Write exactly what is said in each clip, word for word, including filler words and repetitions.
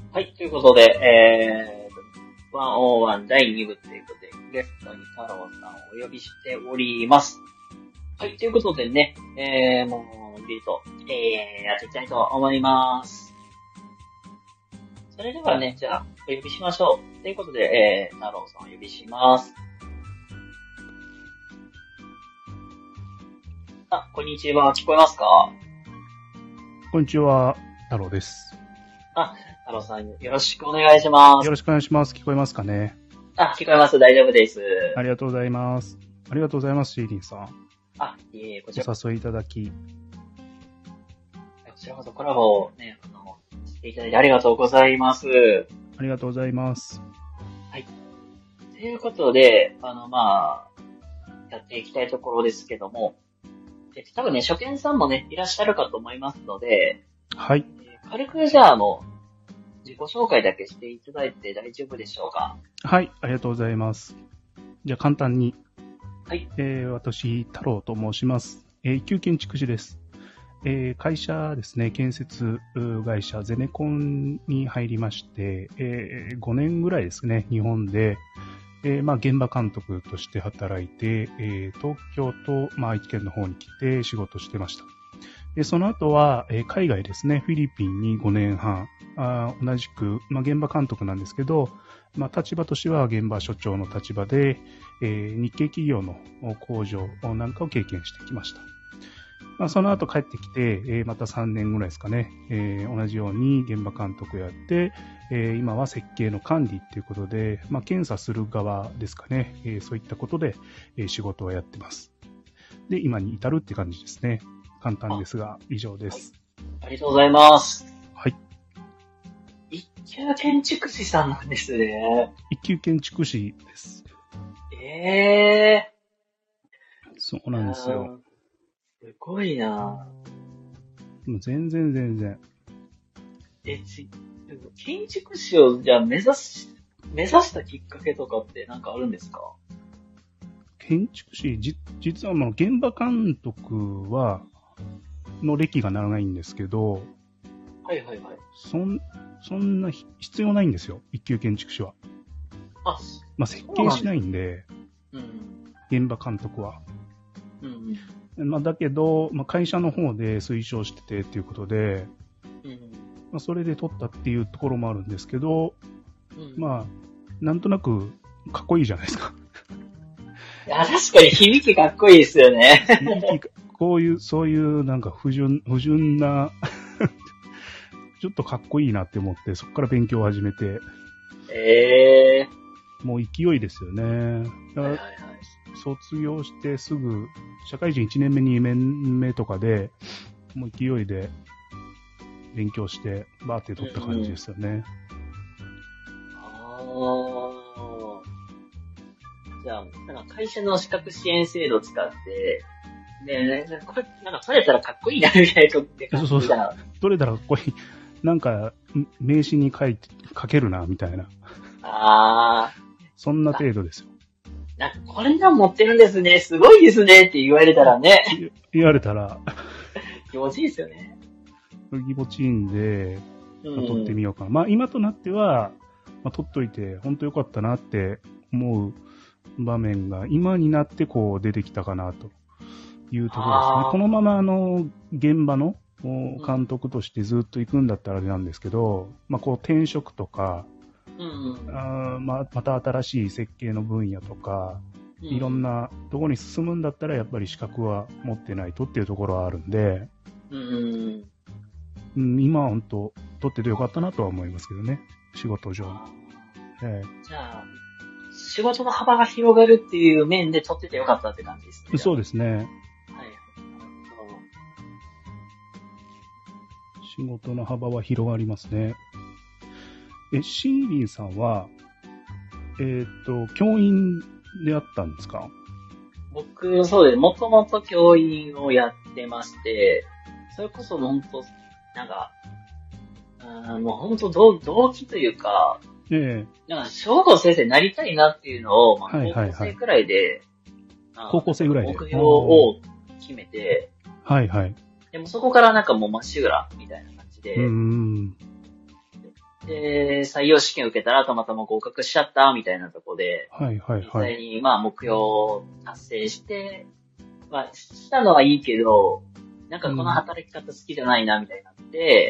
はい、ということで、えーと、ひゃくいちだいに部ということで、ゲストに太郎さんをお呼びしております。はい、ということでね、えー、もう、ビリと、えー、やっていきたいと思います。それではね、じゃあ、お呼びしましょう。ということで、えー、太郎さんをお呼びします。あ、こんにちは。聞こえますか？ こんにちは。太郎です。 あ、太郎さん、よろしくお願いします。 よろしくお願いします。聞こえますかね？ あ、聞こえます。大丈夫です。 ありがとうございます。ありがとうございます、シーリンさん。 あ、いえいえ、こちら。 お誘いいただき。 こちらこそコラボをね、あの、していただいてありがとうございます。 ありがとうございます。 はい。ということで、あの、まあ、やっていきたいところですけども、え多分ね、初見さんもね、いらっしゃるかと思いますので、 はい。 えー軽くじゃあ、あの、自己紹介だけしていただいて大丈夫でしょうか？ はい、ありがとうございます。じゃあ簡単に。 はい。 えー、私、太郎と申します。えー、一級建築士です。えー、会社ですね、建設会社ゼネコンに入りまして、えー、ごねんぐらいですね、日本で、えー、まあ、現場監督として働いて、えー、東京と、まあ、愛知県の方に来て仕事してました。で、その後は、えー、海外ですね、フィリピンにごねんはん、あ同じく、まあ、現場監督なんですけど、まあ、立場としては現場所長の立場で、えー、日系企業の工場なんかを経験してきました。まあ、その後帰ってきて、えー、またさんねんぐらいですかね、えー、同じように現場監督やって、えー、今は設計の管理っていうことで、まあ、検査する側ですかね、えー、そういったことで、えー、仕事をやってます。で、今に至るって感じですね。簡単ですが、以上です。 はい。ありがとうございます。 はい。 一級建築士さんなんですね。 一級建築士です。 ええー。 そうなんですよ。 すごいなぁ。もう全然全然。 え、ち、建築士をじゃあ目指し、目指したきっかけとかってなんかあるんですか？ 建築士、じ、実はもう現場監督は、の歴が長いんですけど、 はいはいはい。 そん、そんな必要ないんですよ、一級建築士は。 あ、 まあ、設計しないんで、 うん、 現場監督は。 うん、 まあ、だけど、まあ、会社の方で推奨しててっていうことで、 うんまあ、それで取ったっていうところもあるんですけど、 うん、 まあ、なんとなくかっこいいじゃないですか。 いや、確かに響きかっこいいですよね。 響きこういう、そういうなんか不純、不純な、ちょっとかっこいいなって思って、そこから勉強を始めて、 ええー、もう勢いですよね。だから、 はいはいはい、 卒業してすぐ、社会人いちねんめ、にねんめとかで、もう勢いで勉強して、バーって取った感じですよね。うんうん、 ああ。じゃあ、なんか会社の資格支援制度を使って、ねえ、これ、なんか取れたらかっこいいな、みたいな感じだ。 そうそう。取れたらかっこいい。なんか、名刺に書いて、書けるな、みたいな。 ああ。 そんな程度ですよ。 なんか、これなん持ってるんですね、すごいですね、って言われたらね。 言われたら。 気持ちいいですよね。 気持ちいいんで、まあ、取ってみようかな。うん、まあ、今となっては、まあ、取っといて、本当良かったなって思う場面が、今になってこう出てきたかなというところですね。このままあの、現場の監督としてずっと行くんだったらあれなんですけど、まあこう転職とか、 うんうん、 あまあ、また新しい設計の分野とか、うん、いろんなところに進むんだったらやっぱり資格は持ってないとっていうところはあるんで、 うんうん、今は本当取っててよかったなとは思いますけどね、仕事上。 えー、じゃあ、仕事の幅が広がるっていう面で取っててよかったって感じですね。 そうですね。はい。仕事の幅は広がりますね。え、シーリンさんは、えっと、教員であったんですか？ 僕、そうです。もともと教員をやってまして、それこそ本当、なんか、あもう本当動、動機というか、 ええ、 なんか小学校先生になりたいなっていうのを、まあ、高校生くらいで、はいはいはい、高校生ぐらいで目標を決めて、 はいはい。 でもそこからなんかもうまっしぐらみたいな感じで、 うーんで、採用試験受けたらたまたま合格しちゃったみたいなとこで、 はいはい実はい。 際にまあ目標を達成して、まあしたのはいいけど、なんかこの働き方好きじゃないなみたいになって、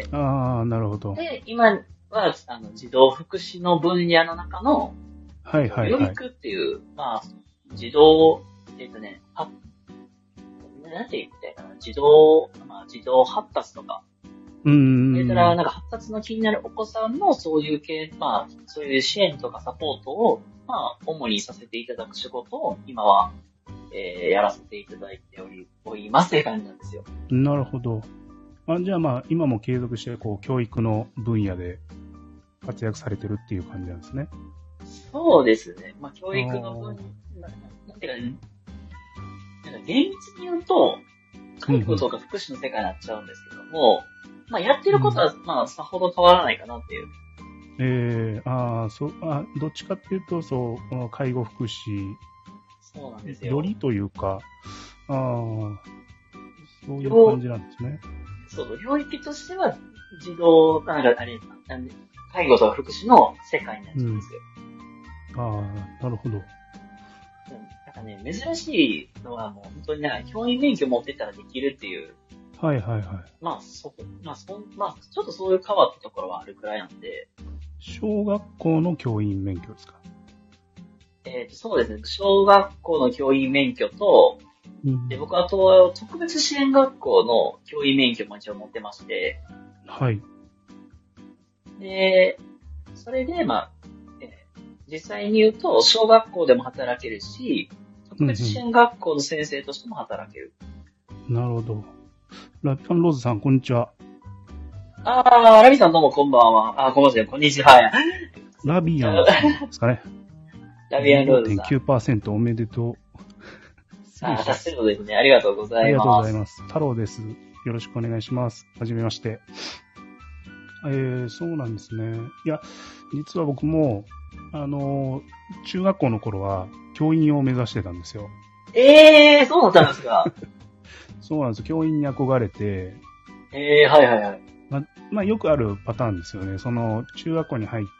うん、ああ、なるほど。 で、今はあの児童福祉の分野の中の、 はいはいはい。 療育っていう、まあ、児童、えっとね、は、なんて言ったらいいかな、児童、まあ、児童発達とか、 うーん。 それから、なんか発達の気になるお子さんのそういう系、まあ、そういう支援とかサポートを、まあ、主にさせていただく仕事を、今は、えー、やらせていただいており、おりますって感じなんですよ。 なるほど。あ、じゃあまあ、今も継続して、こう、教育の分野で活躍されてるっていう感じなんですね。 そうですね。まあ、教育の分、ななんていうかね、なんか厳密に言うと、介護とか福祉の世界になっちゃうんですけども、まあ、やってることは、まあ、さほど変わらないかなっていう。 ええー、ああ、そう、あ、どっちかっていうと、そう、介護福祉、 そうなんですよ。 よりというか、ああ、そういう感じなんですね。 そう、領域としては、児童、なんか、あれ、なんで、介護とか福祉の世界になっちゃうんですよ。 うん、ああ、なるほど。 なんかね、珍しいのはもう本当になんか教員免許持ってたらできるっていう。 はいはいはい。 まあ、そこ、まあ、そまあ、ちょっとそういう変わったところはあるくらいなんで。 小学校の教員免許ですか？ えっと、そうですね。小学校の教員免許と、うん、で僕はと特別支援学校の教員免許も一応持ってまして。 はい。 で、それで、まあ、えー、実際に言うと、小学校でも働けるし、特別支援学校の先生としても働ける。 うんうん、なるほど。ラピアンローズさん、こんにちは。 あー、ラビさんどうもこんばんは。あ、こんばんは。こんにちは。 ラビアンですかね。 ラビアンローズさん。 ごてんきゅうパーセント おめでとう。 あ、達成度ですね。ありがとうございます。 ありがとうございます。太郎です。よろしくお願いします。はじめまして。えー、そうなんですね。いや、実は僕も、あの、中学校の頃は教員を目指してたんですよ。 えー、そうだったんですか。 そうなんです。教員に憧れて。 えー、はいはいはい。 ま、まあ、よくあるパターンですよね。その、中学校に入って、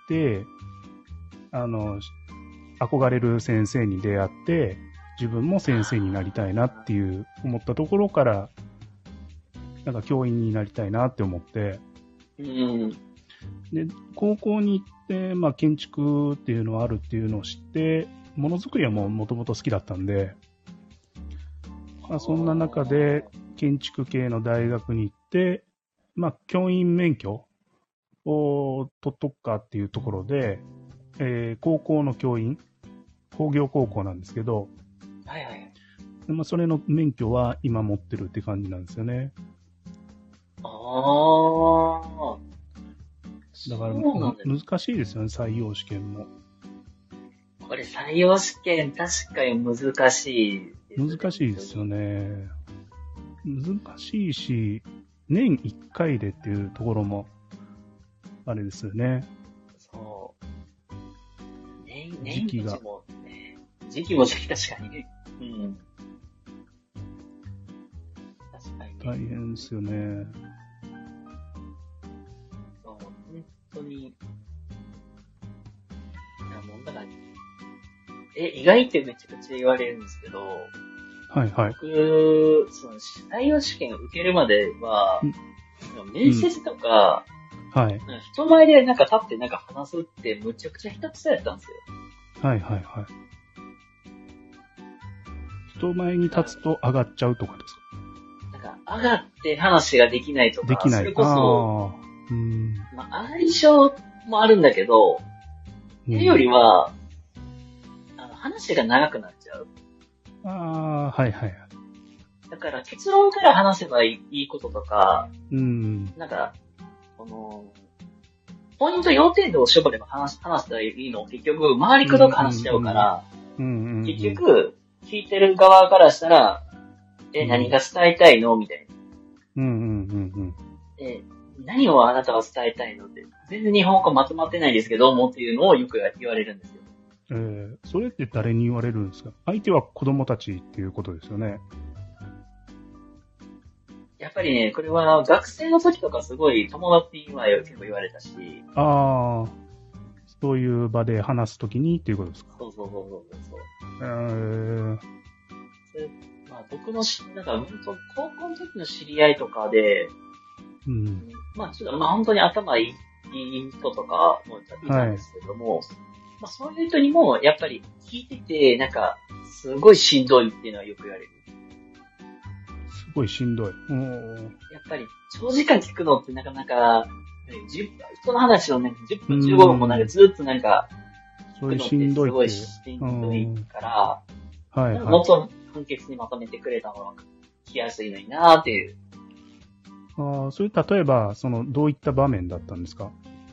あの、憧れる先生に出会って、自分も先生になりたいなっていう思ったところから、なんか教員になりたいなって思って、 うん、 で、高校に行って、まあ、建築っていうのはあるっていうのを知って、ものづくりはもう元々好きだったんで、まあ、そんな中で建築系の大学に行って、まあ、教員免許を取っとくかっていうところで、えー、高校の教員、工業高校なんですけど、 はいはい。 まあ、それの免許は今持ってるって感じなんですよね。 ああ。 だから、難しいですよね、採用試験も。 これ採用試験確かに難しいですね。難しいですよね。難しいし、年いっかいでっていうところも、あれですよね。 そう。年、 時期が。 もね、時期も時期確かにね。うん。確かに、ね。 大変ですよね。 そう、本当に。いや、もうだから、え、意外ってめちゃくちゃ言われるんですけど、 はいはい。 僕、その、採用試験を受けるまでは、面接とか、 うん、はい。 人前でなんか立ってなんか話すってむちゃくちゃ下手くそやったんですよ。 はいはいはい。人前に立つと上がっちゃうとかですか？なんか、上がって話ができないとか、 できない。 それこそ、 あうん、 まあ、上がり症もあるんだけど、それよりは、あの、話が長くなっちゃう。 ああ、はいはいはい。 だから結論から話せばいいこととか、 うん、 なんか、この、ポイント要点を絞れば話、話したらいいのを結局、周りくどく話しちゃうから、結局、聞いてる側からしたら、え、何が伝えたいのみたいな。うんうんうんうん。 え、何をあなたは伝えたいのって、全然日本語まとまってないんですけどもっていうのをよく言われるんですよ。 えー、それって誰に言われるんですか？相手は子供たちっていうことですよね。 やっぱりね、これは学生の時とかすごい友達には結構言われたし。 ああ、そういう場で話すときにっていうことですか。 そうそうそうそうそう。 えー、 それまあ、僕のし、なんか本当高校の時の知り合いとかで、 うん、 まあちょっとまあ本当に頭いいいい人とかもいたんですけども、はい、まあそういう人にもやっぱり聞いてて、なんかすごいしんどいっていうのはよく言われる。 すごいしんどい。やっぱり長時間聞くのってなかなか、じゅっぷん人の話をね、じゅっぷん、じゅうごふんもなんかずっとなんか、 そういうしんどいすごいしんどいから、 はいはい、 もっと簡潔にまとめてくれた方が聞きやすいのになーっていう。 ああ、それ例えば、その、どういった場面だったんですか？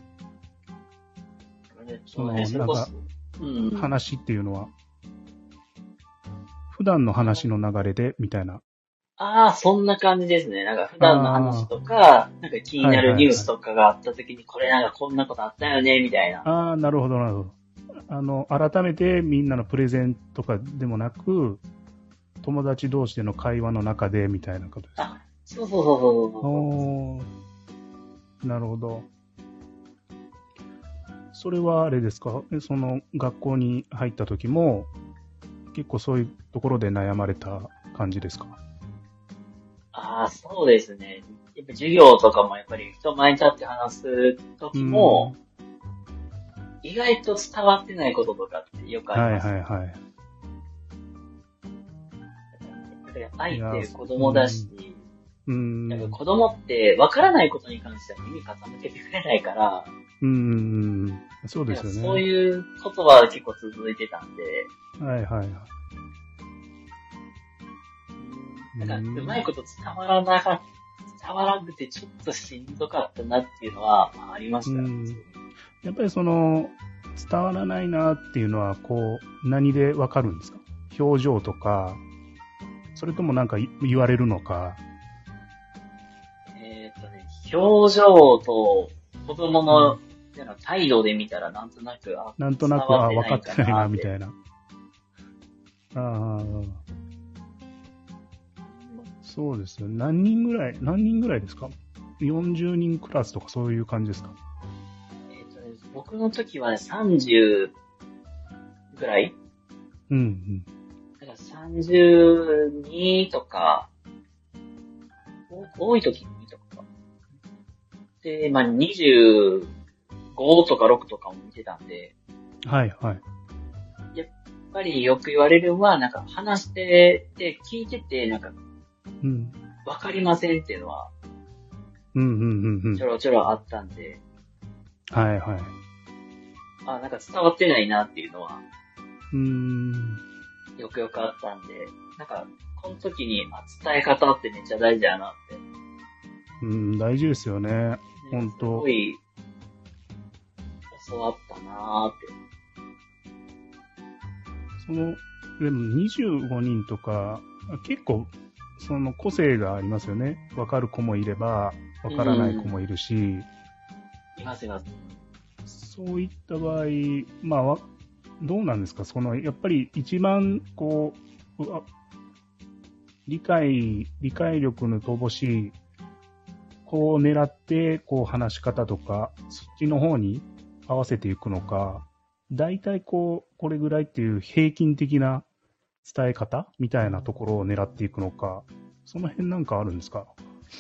その、なんか、うん、話っていうのは、普段の話の流れで、みたいな。 ああ、そんな感じですね。なんか普段の話とか、なんか気になるニュースとかがあった時に、はいはいはい、これなんかこんなことあったよね、みたいな。 ああ、なるほど、なるほど。あの、改めてみんなのプレゼンとかでもなく、友達同士での会話の中で、みたいなことですか？ あ、そうそうそうそうそう。 おー、なるほど。それはあれですか？その学校に入った時も、結構そういうところで悩まれた感じですか？ ああ、そうですね。やっぱ授業とかもやっぱり人前に立って話す時も、意外と伝わってないこととかってよくあります。はいはいはい。だから相手子供だし、うん、なんか子供って分からないことに関しては耳傾けてくれないから、 うん、そうですよね。 そういうことは結構続いてたんで、 はいはいはい。 なんかうまいこと伝わらなかった、伝わらなくてちょっとしんどかったなっていうのは、まあ、ありましたね。 やっぱりその、伝わらないなっていうのは、こう、何でわかるんですか？表情とか、それともなんか言われるのか。 えーっとね、表情と子供の、うん、態度で見たらなんとなく、あ、 なんとなく、あ、分かってないな、みたいな。ああ。そうですよ。何人ぐらい、何人ぐらいですか？ よんじゅう 人クラスとかそういう感じですか？ えっとね、僕の時はね、さんじゅうぐらいうんうん。 だからさんじゅうにとか、多い時にとか。で、まあ、にじゅうごとかろくとかも見てたんで。 はいはい。 やっぱりよく言われるのは、なんか話してて、聞いてて、なんか、 うん。 わかりませんっていうのは、 うんうんうんうん。 ちょろちょろあったんで。 はいはい。 あ、なんか伝わってないなっていうのは、 うーん。 よくよくあったんで、なんか、この時に、あ、伝え方ってめっちゃ大事やなって。 うん、大事ですよね。ほんと。すごい、教わったなーって。 その、でもにじゅうごにんとか、結構、その個性がありますよね。わかる子もいれば、わからない子もいるし。 いますいます。 そういった場合、まあ、どうなんですか？その、やっぱり一番、こう、う理解、理解力の乏しい子を狙って、こう話し方とか、そっちの方に合わせていくのか、大体こう、これぐらいっていう平均的な伝え方みたいなところを狙っていくのか、その辺なんかあるんですか？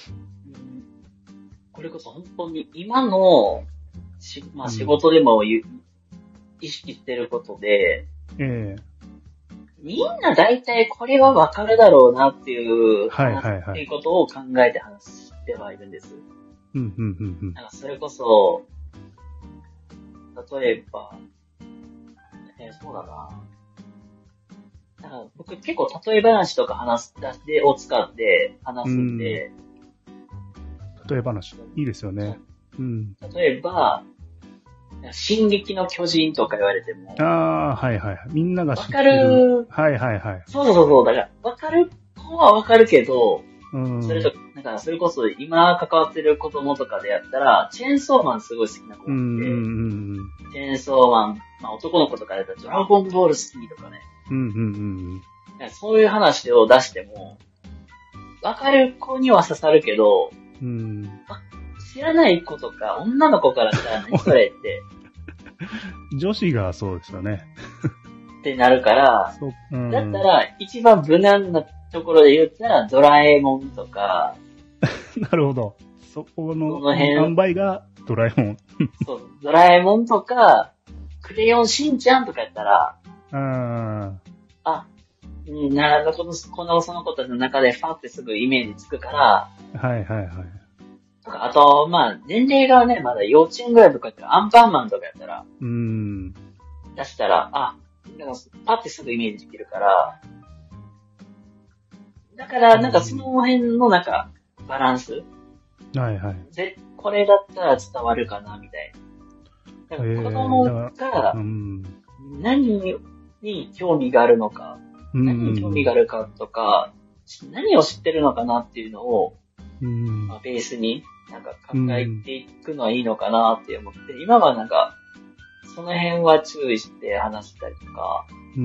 これこそ本当に今のし、まあ、仕事でも、うん、意識してることで、 ええ、 みんな大体これはわかるだろうなっていう、 はいはいはい、 っていうことを考えて話してはいるんです。 うんうんうんうん。 なんかそれこそ、例えば、えー、そうだな。だから僕結構例え話とか話す出しでを使って話すんで、 うん、例え話いいですよね。うん、 例えば、進撃の巨人とか言われても。 ああ、はいはい。みんなが知ってる。 わかる。 はいはいはい。 そうそうそう。だから、わかる子はわかるけど、 うん、 それと、なんか、それこそ今関わってる子供とかでやったら、チェーンソーマンすごい好きな子がいて、うんうんうん、チェーンソーマン、まあ男の子とかだったらドラゴンボール好きとかね。 うんうんうん、 そういう話を出しても、 わかる子には刺さるけど、 うん。 知らない子とか、女の子からしたら何それって、 女子がそうですよね。 ってなるから、 そう、うん、 だったら、一番無難なところで言ったら、ドラえもんとか、 なるほど。そこの、 その辺、 塩梅がドラえもん。 そう、ドラえもんとか、クレヨンしんちゃんとかやったら、 うん。 あ、うんなるほど、この、この、その子たちの中でファってすぐイメージつくから、 はいはいはい。 とか、あと、まあ、年齢がね、まだ幼稚園ぐらいとかやったら、アンパンマンとかやったら、 うん。 出したら、あ、なんか、パってすぐイメージできるから、だから、なんかその辺のなんか、バランス、 はいはい。 ぜ、これだったら伝わるかな、みたいな。だから子供が何に興味があるのか、 うん、 何に興味があるかとか、何を知ってるのかなっていうのを、 うんまあ、ベースになんか考えていくのはいいのかなって思って、今はなんか、その辺は注意して話したりとか、 うん、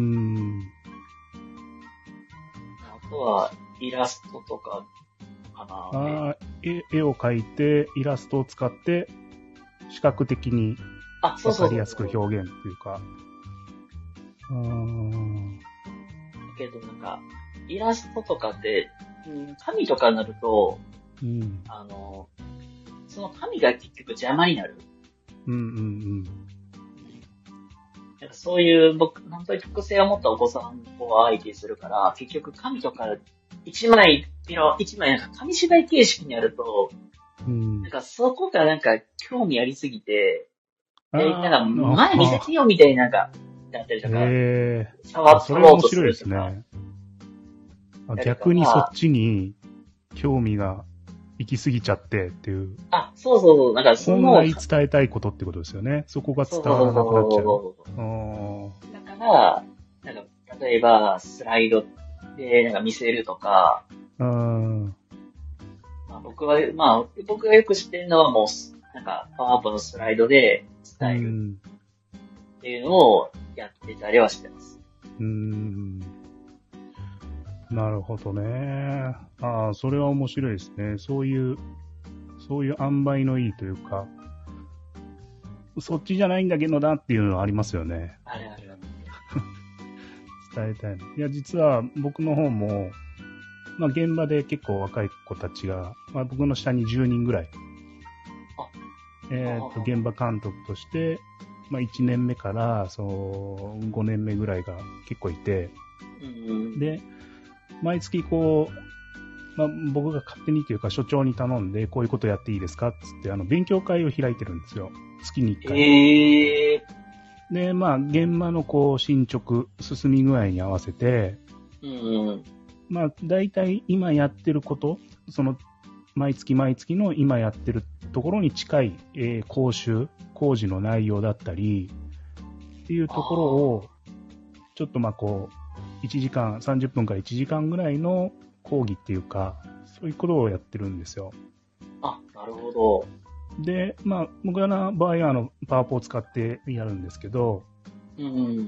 あとはイラストとかかな。 あ絵絵を描いて、イラストを使って、視覚的に分かりやすく表現っていうか。うーん。 だけどなんか、イラストとかって、うん、紙とかになると、 うん、 あの、その紙が結局邪魔になる。 うんうんうん。 なんかそういう僕、本当に特性を持ったお子さんを相手するから、結局紙とか一枚、一枚なんか紙芝居形式になると、うん、なんかそこがなんか興味ありすぎて、で、なんか前見せてよみたいななんか、だったりとか、 えー、 触ってろうとするとか。 それ面白いですね。逆にそっちに興味が行き過ぎちゃってっていう。 あ、そうそうそう。なんかその。 本来伝えたいことってことですよね。そこが伝わらなくなっちゃう。そうそうそうだから、なんか、例えば、スライドでなんか見せるとか、うんまあ、僕は、まあ、僕がよく知ってるのはもう、なんか、パワーアップのスライドで伝えるっていうのをやってたりはしてます。 うーん。なるほどね。ああ、それは面白いですね。そういう、そういう塩梅のいいというか、そっちじゃないんだけどなっていうのはありますよね。 あれあれ伝えたいの。いや、実は僕の方も、まあ現場で結構若い子たちが、まあ僕の下にじゅうにんぐらい、えっと、現場監督として、まあいちねんめから、そう、ごねんめぐらいが結構いて、で、毎月こう、まあ、僕が勝手にというか所長に頼んで、こういうことやっていいですかっつって、あの、勉強会を開いてるんですよ。月にいっかい。 えー、で、まあ、現場のこう、進捗、進み具合に合わせて、うん、まあ、大体今やってること、その、毎月毎月の今やってるところに近い、えー、講習、講義の内容だったり、っていうところを、ちょっとまあこう、いちじかん、さんじゅっぷんからいちじかんぐらいの講義っていうか、そういうことをやってるんですよ。 あ、なるほど。 で、まあ、僕らの場合は、あの、パワポを使ってやるんですけど、うん、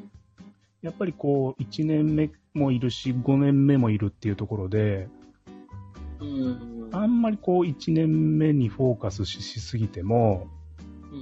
やっぱりこう、いちねんめもいるし、ごねんめもいるっていうところで、うん、あんまりこう、いちねんめにフォーカスししすぎても、うん、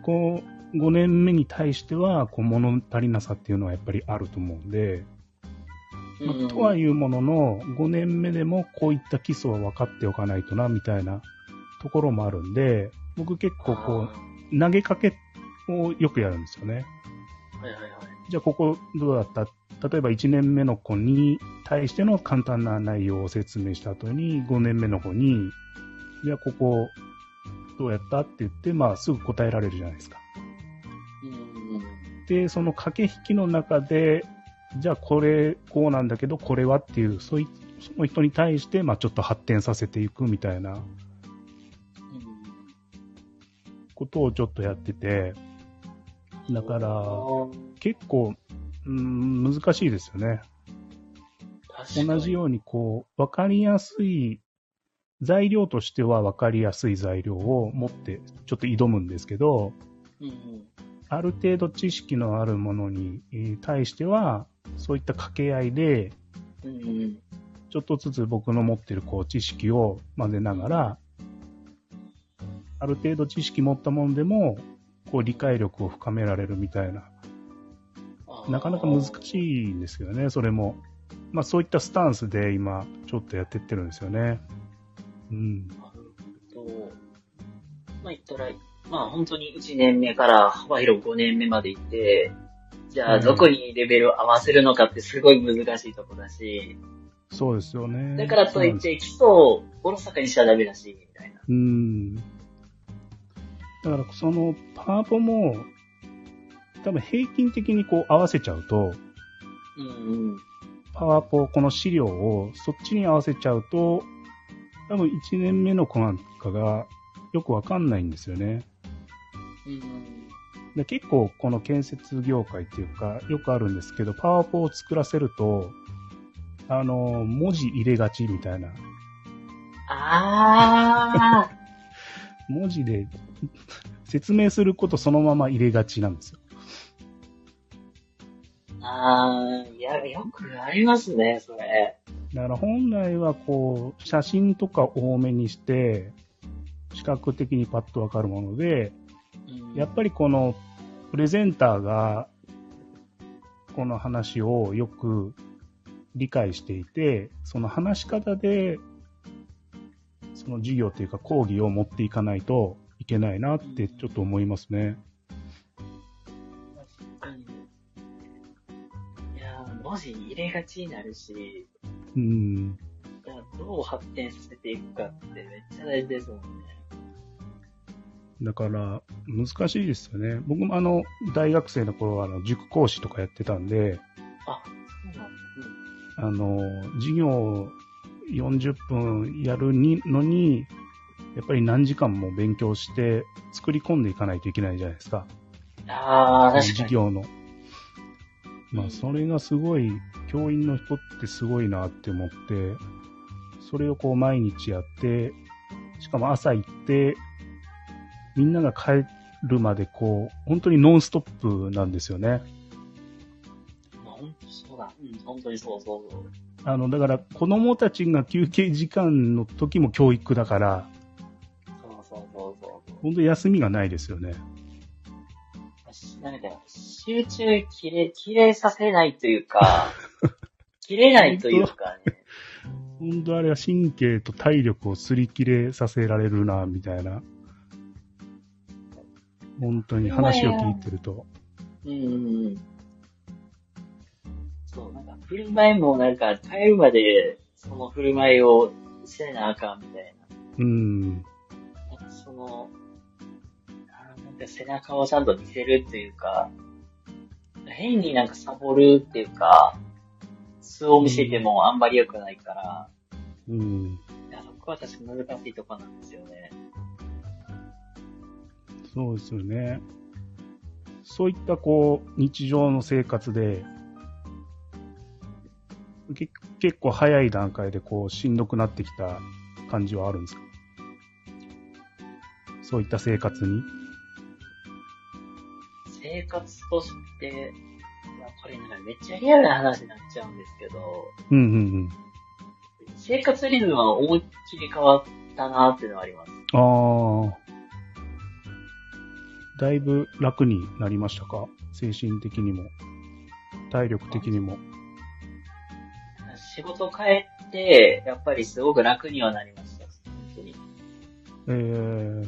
こう、ごねんめに対しては、こう、物足りなさっていうのはやっぱりあると思うんで、まあ、とはいうものの、ごねんめでもこういった基礎は分かっておかないとな、みたいなところもあるんで、僕結構こう、投げかけをよくやるんですよね。はいはいはい。じゃあここどうだった?例えばいちねんめの子に対しての簡単な内容を説明した後に、ごねんめの子に、じゃあここどうやったって言って、まあすぐ答えられるじゃないですか。で、その駆け引きの中で、じゃあこれこうなんだけどこれはっていうそういその人に対してまあちょっと発展させていくみたいなことをちょっとやってて、だから結構、うん、難しいですよね。同じようにこう分かりやすい材料としては分かりやすい材料を持ってちょっと挑むんですけど、うんうん、ある程度知識のあるものに対してはそういった掛け合いで、うん、 ちょっとずつ僕の持ってるこう知識を混ぜながら、ある程度知識持ったもんでも、こう理解力を深められるみたいな。なかなか難しいんですけどね、それも。まあそういったスタンスで今、ちょっとやってってるんですよね。うん。 なるほど。まあ言ったら、まあ本当にいちねんめから幅広ごねんめまで行って、じゃあどこにレベルを合わせるのかってすごい難しいとこだし、 そうですよね。 だからといって基礎をおろそかにしちゃダメだし、みたいな。 うん。だからそのパワポも、多分平均的にこう合わせちゃうと、 うんうん。 パワポ、この資料をそっちに合わせちゃうと、多分いちねんめの子なんかがよくわかんないんですよね。 うん。 で結構この建設業界っていうかよくあるんですけど、パワポを作らせると、あの、文字入れがちみたいな。 あー。文字で説明することそのまま入れがちなんですよ。 あー、いや、よくありますね、それ。 だから本来はこう、写真とか多めにして、視覚的にパッとわかるもので、うん、やっぱりこのプレゼンターがこの話をよく理解していて、その話し方でその授業というか講義を持っていかないといけないなってちょっと思いますね。 確かに。いやー、文字入れがちになるし、 うん。 どう発展させていくかってめっちゃ大事ですもんね。 だから難しいですよね。僕もあの大学生の頃はあの塾講師とかやってたんで、 あ、そうなんですね。 あの授業よんじゅっぷんやるにのにやっぱり何時間も勉強して作り込んでいかないといけないじゃないですか。 ああ、確かに。 授業の。まあそれがすごい、教員の人ってすごいなって思って、それをこう毎日やって、しかも朝行って、みんなが帰るまでこう、本当にノンストップなんですよね。 本当そうだ。うん、本当にそうそうそう。 あの、だから子供たちが休憩時間の時も教育だから、 そうそうそうそう。 本当に休みがないですよね。 なんか集中切れ、切れさせないというか、切れないというかね。 本当あれは神経と体力を擦り切れさせられるな、みたいな。本当に話を聞いてると。 うん。そう、なんか振る舞いもなんか帰るまでその振る舞いをせなあかんみたいな。 うん。 なんかその、なんか背中をちゃんと見せるっていうか、変になんかサボるっていうか、素を見せてもあんまり良くないから、 うん。 いや、そこは確か難しいとこなんですよね。 そうですよね。そういったこう、日常の生活で、け結構早い段階でこう、しんどくなってきた感じはあるんですか？そういった生活に生活として、まあ、これなんかめっちゃリアルな話になっちゃうんですけど、 うんうんうん。 生活リズムは思いっきり変わったなっていうのはあります。 ああ。だいぶ楽になりましたか？精神的にも、体力的にも。 仕事帰って、やっぱりすごく楽にはなりました。本当に。 えー、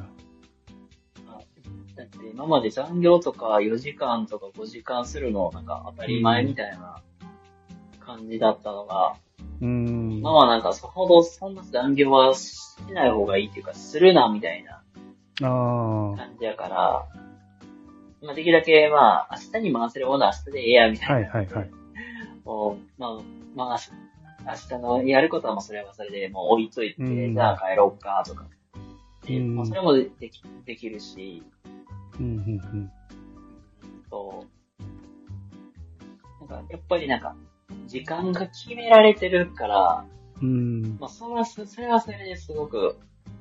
だって今まで残業とかよじかんとかごじかんするのなんか当たり前みたいな感じだったのが、 うん、 今はなんかそほどそんな残業はしない方がいいっていうか、するなみたいな感じやから、まあ、できるだけまあ明日に回せるものは明日でええやみたいな。 はいはいはい。 もうまあ、まあ、明日のやることはもうそれはそれでもう置いといて、うん、じゃあ帰ろうかとか。で、うん、まあ、それもでき、できるし、 うんうんうん、 と、なんかやっぱりなんか時間が決められてるから、 うん、 まあそれはそれはそれですごく、うん、負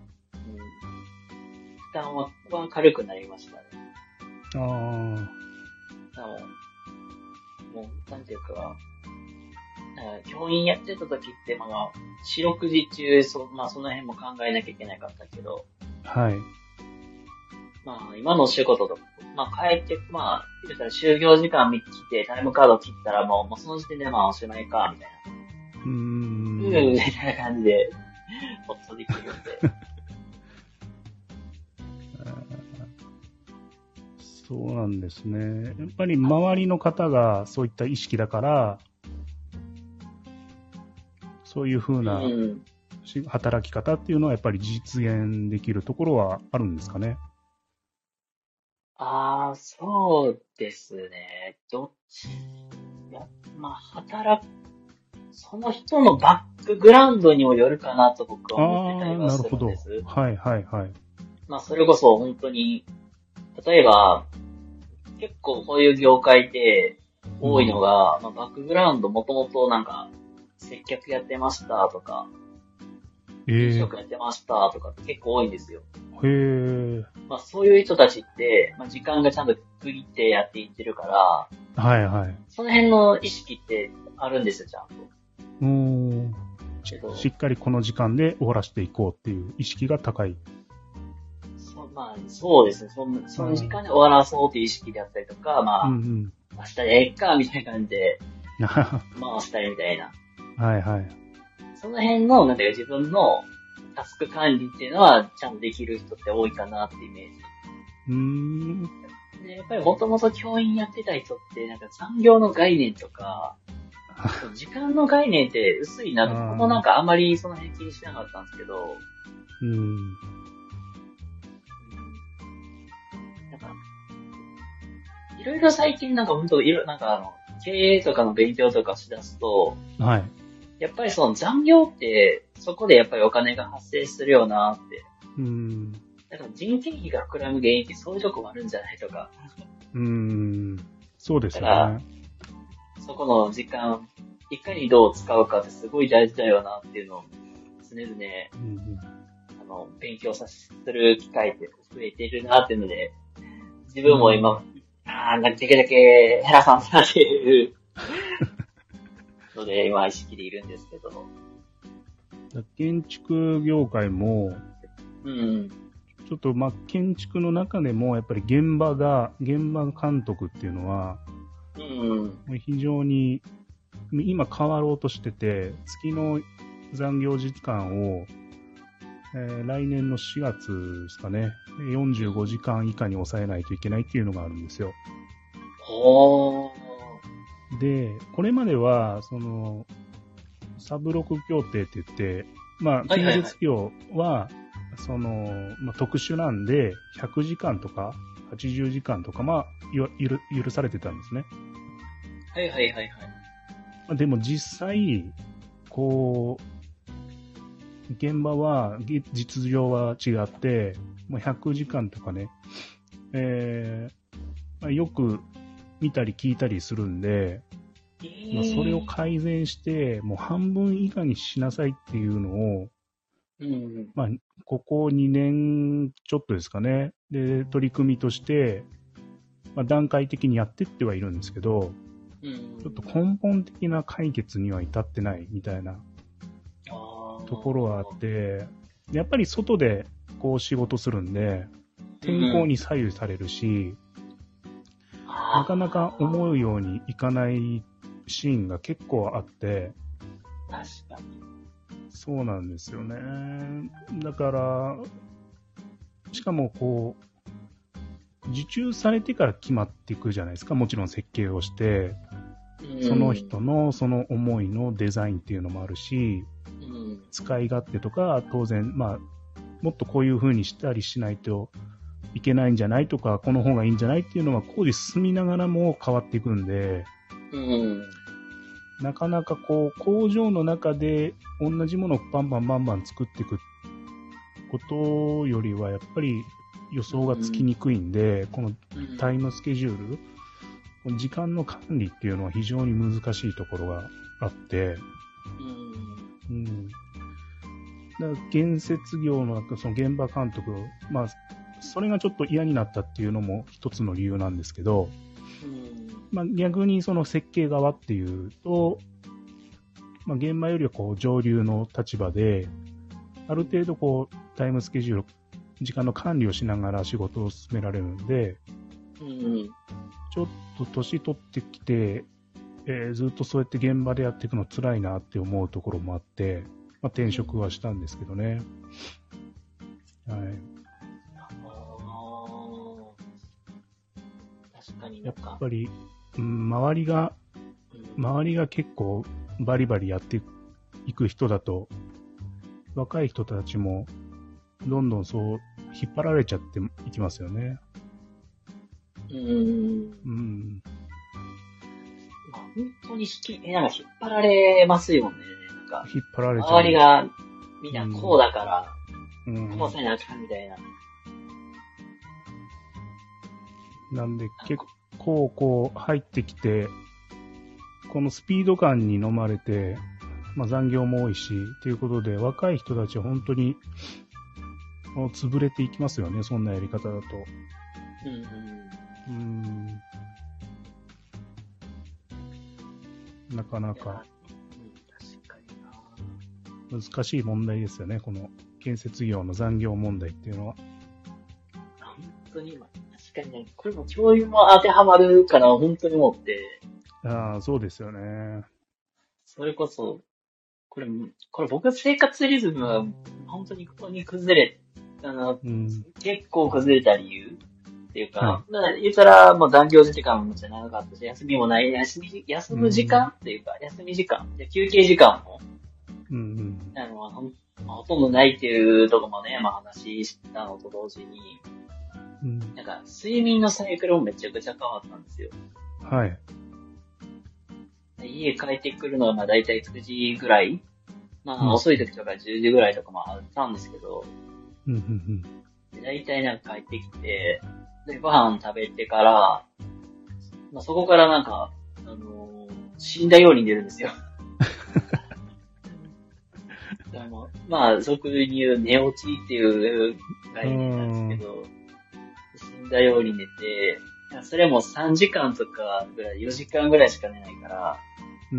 担は軽くなりましたね。 ああ。 もう、もうなんていうか、 なんか教員やってた時って、まあ、四六時中、そ、まあ、その辺も考えなきゃいけなかったけど、 はい。 まあ、今の仕事とか、まあ、帰って、まあ、言うたら就業時間見てきて、タイムカード切ったらもう、もうその時点でまあ、おしまいか、みたいな。 うーん。 うん、みたいな感じで、ほっとできるんで。 そうなんですね。やっぱり周りの方がそういった意識だから、そういう風なうん働き方っていうのはやっぱり実現できるところはあるんですかね。 ああ、そうですね。どっち、いや、まあ、働く、その人のバックグラウンドにもよるかなと僕は思ってたああ、 りはすなるほど。 るんです。 はいはいはい。 まあ、それこそ本当に、例えば、結構こういう業界で多いのが、まあ、バックグラウンドもともとなんか、接客やってましたとか、飲え食やってましたとかって結構多いんですよ。 ー、へえ。 まあ、そういう人たちって、まあ、時間がちゃんと区切ってやっていってるから、 はいはい。 その辺の意識ってあるんですよ、ちゃんと。 うーん。 けど、 しっかりこの時間で終わらせていこうっていう意識が高い。 そまあ、そうですね。その、その時間で終わらそうっていう意識であったりとか、まあ、 うんうん。 明日でええか、みたいな感じでは回したいみたいな。 いはい。 その辺の、なんていうか自分のタスク管理っていうのは、ちゃんとできる人って多いかなってイメージ。 うーん。 で、やっぱりもともと教員やってた人って、なんか残業の概念とか、時間の概念って薄いなと、僕もなんかあんまりその辺気にしなかったんですけど、 うん。 なんか、いろいろ最近なんか本当いろ、なんかあの、経営とかの勉強とかしだすと、 はい。 やっぱりその残業って、そこでやっぱりお金が発生するよなって。 うん。 だから人件費が膨らむ原因ってそういうとこもあるんじゃないとか。 うん。そうですよだから、 ね。 そこの時間、いかにどう使うかってすごい大事だよなっていうのを常々、 うんあの、勉強させる機会って増えてるなっていうので、自分も今、ああ、なんかできるだけ減らさんなっていうので、今意識でいるんですけど。 うん、建築業界も、 うん。 ちょっとまあ建築の中でもやっぱり現場が、現場監督っていうのは、 うん。 非常に今変わろうとしてて、月の残業時間を、えー来年のしがつですかね、よんじゅうごじかん以下に抑えないといけないっていうのがあるんですよ。 ほー。 で、これまでは、その、サブロク協定って言って、まあ、 はいはいはい建設業は、その、まあ、特殊なんで、ひゃくじかんとか、はちじゅうじかんとか、まあ、ゆ許許されてたんですね。 はいはいはいはい。 まあでも実際、こう、現場は、ぎ実情は違って、もうひゃくじかんとかね、えーまあ、よく見たり聞いたりするんで、 えまあ、それをー。 改善して、もう半分以下にしなさいっていうのを、 うん。 まあ、ここにねんちょっとですかね、で、取り組みとして、まあ、段階的にやってってはいるんですけど、 うんちょっと根本的な解決には至ってないみたいなあところがあって、やっぱり外でこう仕事するんで、天候うん。 に左右されるし、 あなかなか思うようにいかないシーンが結構あって、 確かに。 そうなんですよね。だから、しかもこう、受注されてから決まっていくじゃないですか。もちろん設計をして、 うんその人のその思いのデザインっていうのもあるし、 うん。 使い勝手とか、当然、まあ、もっとこういう風にしたりしないといけないんじゃないとか、この方がいいんじゃないっていうのは工事進みながらも変わっていくんで、 うん。 なかなかこう、工場の中で同じものをバンバンバンバン作っていくことよりは、やっぱり予想がつきにくいんで、このタイムスケジュール、時間の管理っていうのは非常に難しいところがあって、 うん。 うん。だから建設業のその現場監督、まあ、それがちょっと嫌になったっていうのも一つの理由なんですけど、 うん。 まあ、逆にその設計側っていうと、 まあ、現場よりはこう上流の立場で、ある程度こうタイムスケジュール、時間の管理をしながら仕事を進められるんで、 うん。 ちょっと年取ってきて、えーずっとそうやって現場でやっていくの辛いなって思うところもあって、まあ、転職はしたんですけどね。はい。 あー確かになやっんか、 ぱり、うん、周りが、 うん、 周りが結構バリバリやっていく人だと、若い人たちもどんどんそう引っ張られちゃっていきますよね。 うん。 うん。 まあ、本当に引き、え、なんか引っ張られますよね。なんか、 引っ張られちゃう。 周りがみんなこうだから、 うん。 こうせなあかんみたいな。 なんで結構こう入ってきて、このスピード感に飲まれて、まあ、残業も多いし、ということで若い人たちは本当にもう潰れていきますよね、そんなやり方だと。 うんうん。 うーん。なかないかや、うん、確かにな。 難しい問題ですよね、この建設業の残業問題っていうのは。 本当に今、確かにね、これも教員も当てはまるかな、本当に思って、 ああ、そうですよね。 それこそ、これ、これ僕生活リズムは本当にここに崩れ、あの、 うん。 結構崩れた理由っていうはい。 か、まあ、言ったらもう残業時間もめっちゃ長かったし、休みもない、休み、休うむ時間ん。 っていうか、休み時間、で休憩時間も、 うん。 あの、ほんまあほとんどないっていうとこもね、まあ話したのと同時に、 うん。 なんか、睡眠のサイクルもめちゃくちゃ変わったんですよ。 はい。 で家帰ってくるのはまあ大体くじぐらい、まあうん。 遅い時とかじゅうじぐらいとかもあったんですけど、 うん。うん。 で大体なんか帰ってきて、で、ご飯食べてから、まあそこからなんか、あのー死んだように寝るんですよ。あのまあ、俗に言う寝落ちっていうう概念なんですけん。 ど、死んだように寝て、それもさんじかんとかぐらい、よじかんぐらいしか寝ないから、 うん。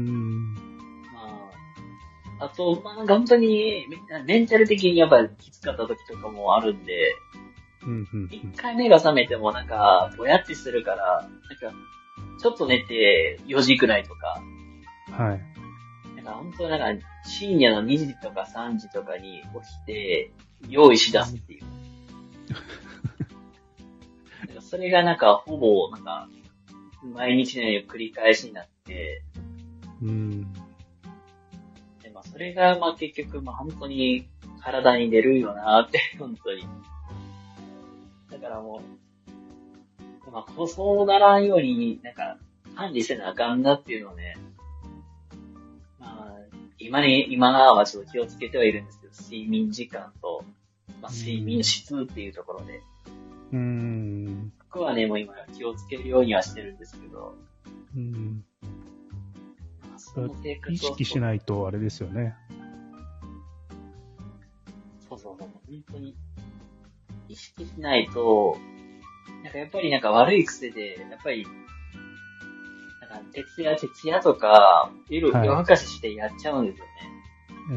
まあ、あと、まあ、なんか本当に、メンタル的にやっぱきつかった時とかもあるんで、 うん。うん。 一回目が覚めてもなんか、ぼやってするから、なんか、ちょっと寝てよじくらいとか、 はい。 なんか本当なんか、深夜のにじとかさんじとかに起きて、用意し出すっていう。なんかそれがなんか、ほぼ、なんか、毎日のように繰り返しになって、 うん。 で、まあ、それが、まあ、結局、まあ、本当に体に出るよなって、本当に。だからもう、まあ、こうそうならんように、なんか、管理せなあかんなっていうのをね、まあ、今に、今はちょっと気をつけてはいるんですけど、睡眠時間と、まあ、 う睡眠ん。 質っていうところで、 うん。 僕はね、もう今気をつけるようにはしてるんですけど、 うん。 まあ、その生意活をそう、 識しないとあれですよね。 そうそうそう、本当に意識しないと、なんかやっぱりなんか悪い癖で、やっぱりなんか、徹夜、徹夜とか、夜、 はい。 夜更かししてやっちゃうんですよね。 うん、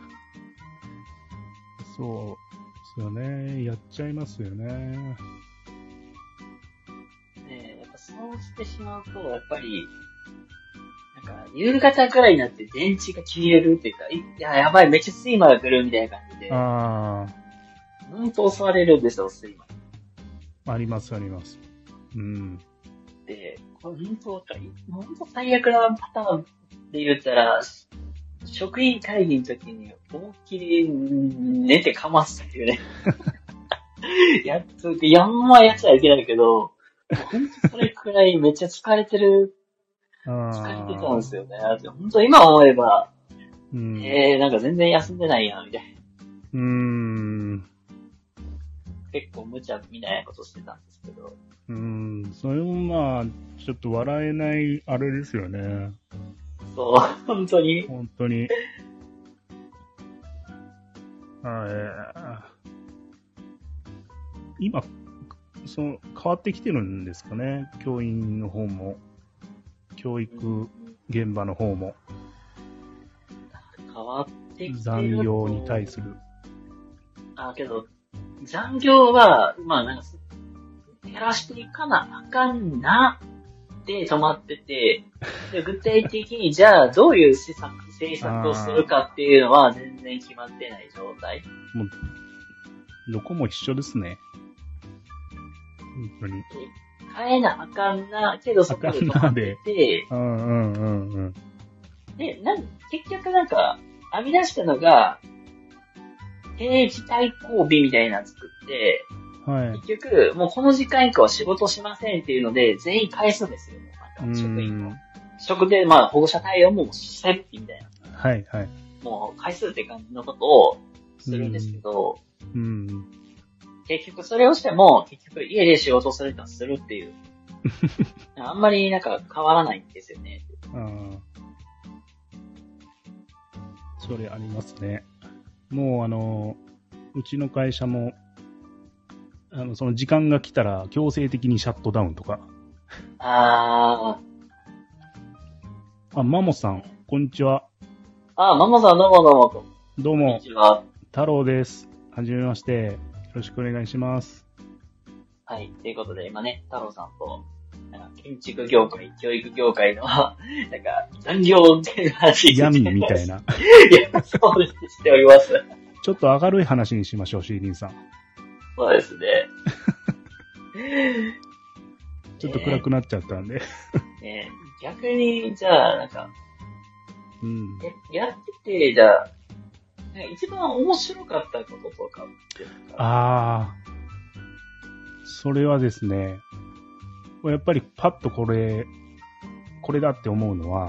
そうですよね。やっちゃいますよね。 で、やっぱそうしてしまうと、やっぱり、なんか、夕方くらいになって電池が切れるっていうか、いや、やばい、めっちゃ睡魔が来るみたいな感じで、 あほんと襲われるんですよ、睡魔っあ、あります、あります。うん。 て。これほんとわかる。ほんと最悪なパターンで言ったら、職員会議の時に思いっきり寝てかますっていうね。やっと、やんまやっちゃいけないけど、もうほんとそれくらいめっちゃ疲れてる、疲れてたんああ、 ですよね。ほんと今思えば、 うん。 えー、なんか全然休んでないやん、みたいな。 うーん。 結構無茶みたいなことしてたんですけど。 うーん。それもまあ、ちょっと笑えない、あれですよね。 そう、本当に。 本当に。はい。今、その、変わってきてるんですかね。教員の方も、教うん、 育現場の方も。 変わってきてる。 残業に対する。 あ、けど、残業は、まあなんか、減らしていかなあかんなって止まってて、で具体的にじゃあどういう施策、政策をするかっていうのは全然決まってない状態。 もう、どこも一緒ですね。本当に。 変えなあかんな、けどそこで止まってて、 うんうんうんうん。 で、なん、結局なんか、編み出したのが、定時対抗日みたいなの作って、 はい。 結局、もうこの時間以降は仕事しませんっていうので、全員返すんですよ。なんか職員の。職で、まあ、保護者対応もせっぴみたいな。 はいはい。 もう返すって感じのことをするんですけど、 うん。うん、 結局それをしても、結局家で仕事する人はするっていう。あんまりなんか変わらないんですよね。 ああ。それありますね。もうあの、うちの会社も、あの、その時間が来たら強制的にシャットダウンとか。 ああ。あ、マモさん、こんにちは。 ああ、ママさんどうもどうも。 どうも。 こんにちは。 太郎です。はじめまして。よろしくお願いします。 はい。ということで、今ね、太郎さんと、なんか建築業界、教育業界の、なんか、残業っていう話闇みたいな。 いや、そうです。しております。 ちょっと明るい話にしましょう、シーリンさん。 そうですね。 ちょっと暗くなっちゃったんで。 ね、逆に、じゃあ、なんか、 うん、 やってて、じゃあ、一番面白かったこととかっていうのか。 ああ。それはですね、やっぱりパッとこれ、これだって思うのは、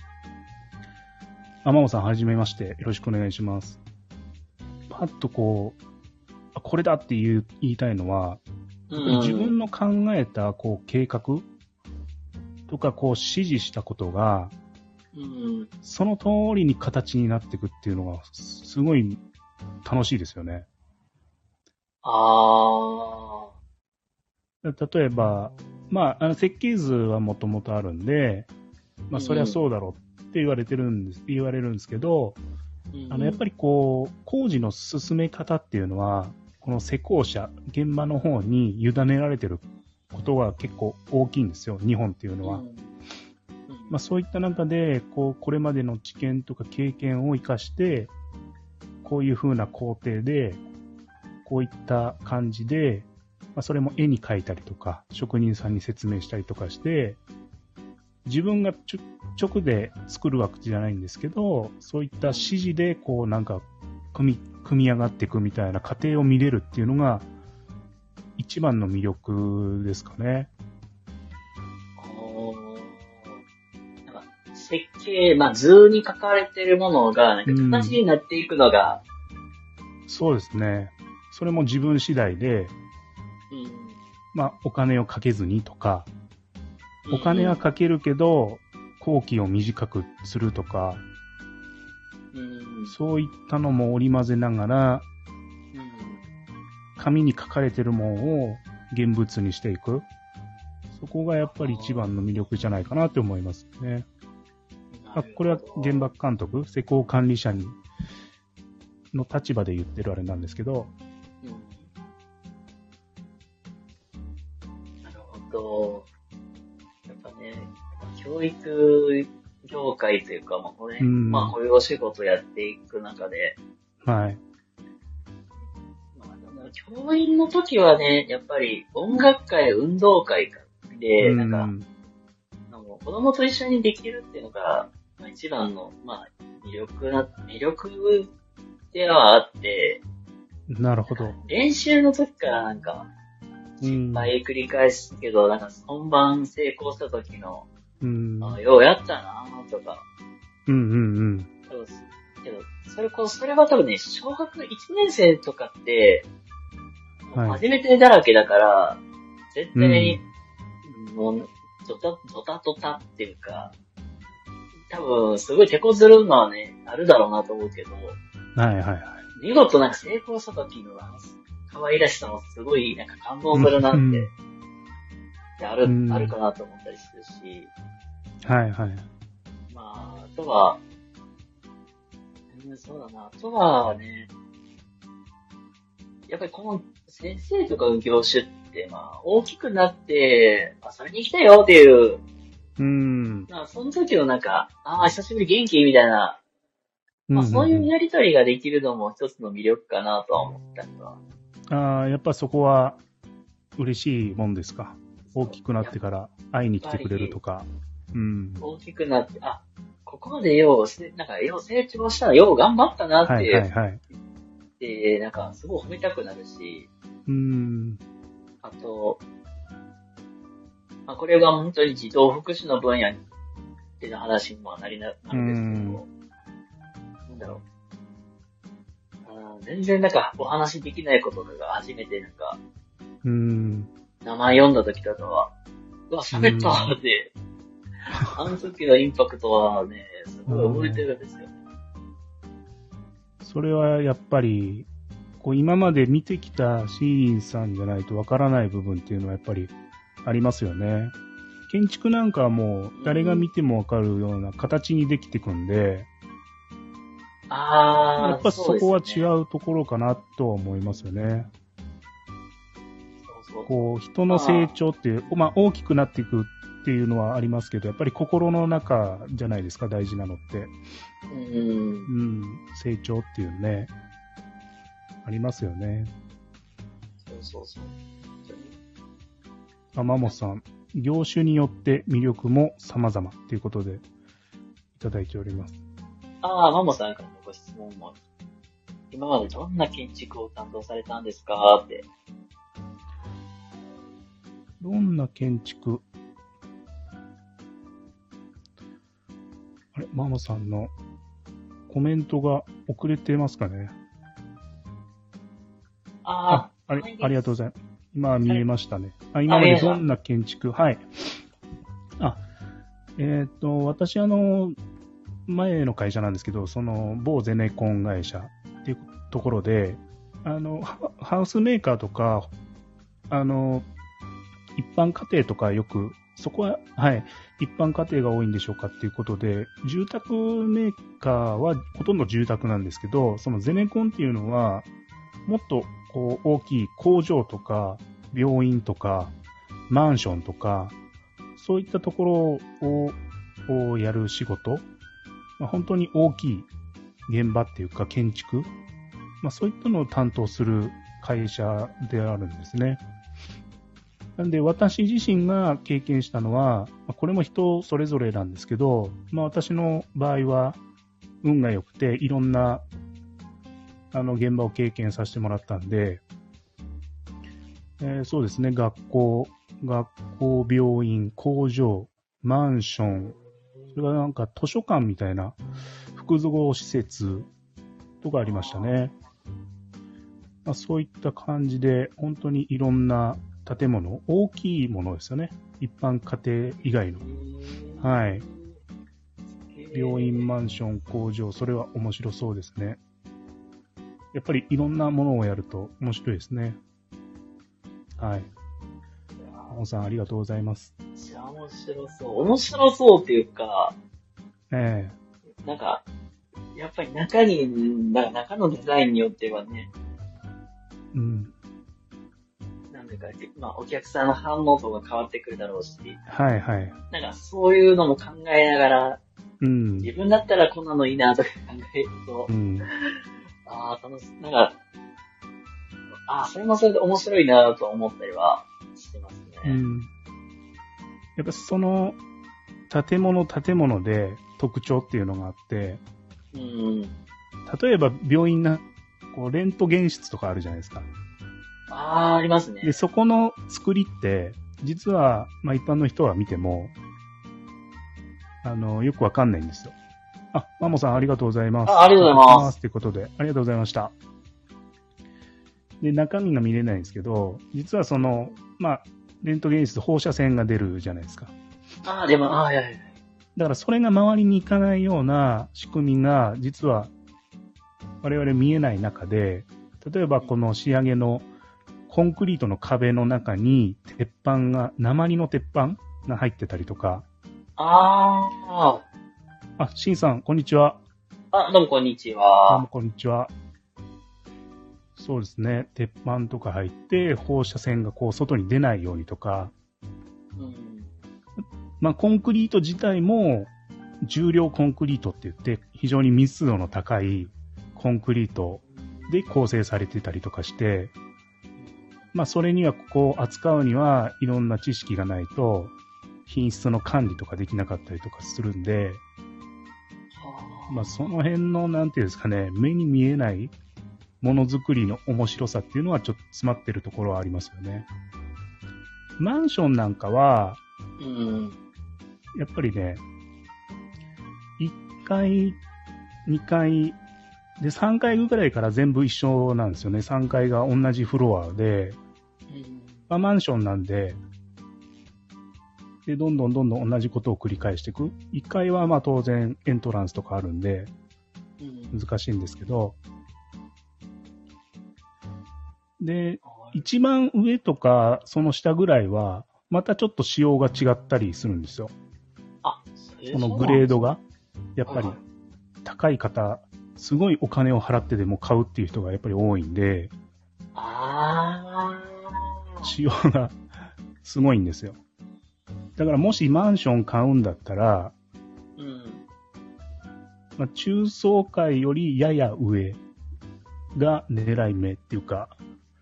あまおさんはじめまして、よろしくお願いします。パッとこう、あこれだって言う言いたいのは、自分の考えたこう計画とかこう指示したことが、うん、その通りに形になっていくっていうのがすごい楽しいですよね。 ああ。 例えば、まあ、あの設計図はもともとあるんで、まあ、そりゃそうだろうって言われてるんです、言われるんですけど、あのやっぱりこう工事の進め方っていうのは、この施工者、現場の方に委ねられてることが結構大きいんですよ、日本っていうのは。まあ、そういった中でこうこれまでの知見とか経験を生かして、こういう風な工程でこういった感じで、まあ、それも絵に描いたりとか職人さんに説明したりとかして、自分がちょ直で作るわけじゃないんですけど、そういった指示でこうなんか組み、組み上がっていくみたいな過程を見れるっていうのが一番の魅力ですかね。 設計、まあ、図に書かれてるものが、なんか形になっていくのが、 うん、そうですね。それも自分次第で、うん、まあ、お金をかけずにとか、お金はかけるけど、工期を短くするとか、うん、そういったのも織り交ぜながら、うん、紙に書かれてるものを現物にしていく。そこがやっぱり一番の魅力じゃないかなと思いますね。あ、これは原爆監督、施工管理者にの立場で言ってるあれなんですけど。 うん、なるほど。やっぱね、教育業界というか、まあこれ、うん、まあこういうお仕事やっていく中で、 はい。 まあ、教員の時はね、やっぱり音楽会、運動会で、うん、なんか、子供と一緒にできるっていうのが、まあ、一番の、まあ、魅力な、魅力ではあって、 なるほど。 練習の時からなんか、失敗繰り返すけど、うん、なんか本番成功した時の、うん、あようやったなとか。 うんうんうん。 そうです。けど、それこそ、それは多分ね、小学いちねん生とかって、はい、初めてだらけだから、絶対に、うん、もう、ドタ、ドタドタっていうか、多分、すごい手こずるのはね、あるだろうなと思うけど、 はいはいはい。 見事なんか成功した時の可愛らしさもすごいなんか感動するなって、うん、ある、うん、あるかなと思ったりするし、 はいはい。 まあ、あとは、 うん、そうだな。あとはね、やっぱりこの先生とか業種って、まあ、大きくなって、遊びに来たよっていう、 うん。 まあ、その時のなんか、ああ、久しぶり元気みたいな、まあ、 うんうんそういううん。 やりとりができるのも一つの魅力かなとは思ったりは。 ああ、やっぱそこは嬉しいもんですか。大そう。 きくなっやってから会いに来ぱてくれるとり、 か。うん。 大きくなって、あ、ここまでよう、せなんか、よう成長したらよう頑張ったなっはいはて、 いはい。 で、なんか、すごい褒めたくなるし、 うん。 あと、まあ、これが本当に児童福祉の分野での話にもなりな、なうるんですけん。 ど、なんだろう。あー全然なんかお話できないこととかが初めてなんか、 うん。 名前読んだ時とかは、うわ、 う喋ったん。 って、あの時のインパクトはね、すうごい覚えてん。 るんですよ。 それはやっぱり、こう今まで見てきたシーンさんじゃないとわからない部分っていうのはやっぱりありますよね。建築なんかはもう誰がうん。 見てもわかるような形にできていくんで、やああ、 っぱそうでそこは違すね。 うところかなとは思いますよね。 そうそう。 こう人の成まあ、 長っていう、まあ大きくなっていくっていうのはありますけど、やっぱり心の中じゃないですか、大事なのって。 うん。 うん、成長っていうね、ありますよね。 そうそうそう。 あ、マモさん、業種によって魅力も様々ということでいただいております。 ああ、マモさんからのご質問も、今までどんな建築を担当されたんですかって。 どんな建築、あれ、マモさんのコメントが遅れてますかね。あ、 ああ、 あれ、 はい、 ありがとうございます。今見えましたね。あ、 あ、 今ま見えました。 でどんな建築、はい。あ、えっと、私、あの、前の会社なんですけど、その、某ゼネコン会社っていうところで、あの、ハハウスメーカーとか、あの、一般家庭とかよく、そこは、はい、一般家庭が多いんでしょうかっていうことで、住宅メーカーはほとんど住宅なんですけど、そのゼネコンっていうのは、もっとこう大きい工場とか、病院とか、マンションとか、そういったところををやる仕事、まあ、本当に大きい現場っていうか建築、まあ、そういったのを担当する会社であるんですね。なんで私自身が経験したのは、まあこれも人それぞれなんですけど、まあ、私の場合は運が良くていろんなあの現場を経験させてもらったんで、えーそうですね、学校、学校、病院、工場、マンション、それからなんか図書館みたいな複合施設とかありましたね。まあ、そういった感じで、本当にいろんな建物、大きいものですよね。一般家庭以外の。 うーん。 はい。病院、 へマンション、工場、それは面白そうですね。やっぱりいろんなものをやると面白いですね。はい。 え。いや青さん、ありがとうございます。 めっちゃ面白そう。面白そうっていうか、 えなんか、やっぱり中に、だから中のデザインによってはね、 えうん。 なんだか、まあお客さんの反応とか変わってくるだろうし、 はいはい。 なんかそういうのも考えながら、 うん。 自分だったらこんなのいいなとか考えると、 うん。 ああ、楽し、なんか、ああ、それもそれで面白いなと思ったりはしてますね。 うん。やっぱその建物建物で特徴っていうのがあって、 うん。 例えば病院な、こうレントゲン室とかあるじゃないですか。 ああ、ありますで、 ね。 そこの作りって、実は、まあ一般の人が見ても、あの、よくわかんないんですよ。あ、マモさんありがとうございまあ、 す。 ありがとういただきます。 ございます。 ということで、ありがとうございました。で、中身が見れないんですけど、実はその、まあ、レントゲン室放射線が出るじゃないですか。 ああ、でも、ああ、いやいやいや。 だからそれが周りに行かないような仕組みが、実は我々見えない中で、例えばこの仕上げのコンクリートの壁の中に鉄板が、鉛の鉄板が入ってたりとか、 ああ、 あ、シンさん、こんにちは。 あ、どうもこんにちどうもは。 こんにちは。そうですね。鉄板とか入って、放射線がこう外に出ないようにとか、 うん。 まあコンクリート自体も重量コンクリートって言って非常に密度の高いコンクリートで構成されてたりとかして、まあそれにはここを扱うにはいろんな知識がないと品質の管理とかできなかったりとかするんで、まあその辺のなんていうんですかね、目に見えないものづくりの面白さっていうのはちょっと詰まってるところはありますよね。マンションなんかは、 うん。 やっぱりね、いっかい、にかい、でさんかいぐらいから全部一緒なんですよね。さんがいが同じフロアで、まあ、マンションなんで、で、どんどんどんどん同じことを繰り返していく。いっかいはまあ当然エントランスとかあるんで、難しいんですけど、で、一番上とかその下ぐらいは、またちょっと仕様が違ったりするんですよ。 あ、 そのグレードが、やっぱり高い方、すごいお金を払ってでも買うっていう人がやっぱり多いんで、 ああ。 仕様がすごいんですよ。だからもしマンション買うんだったら、 うん。 まあ、中層階よりやや上が狙い目っていうか、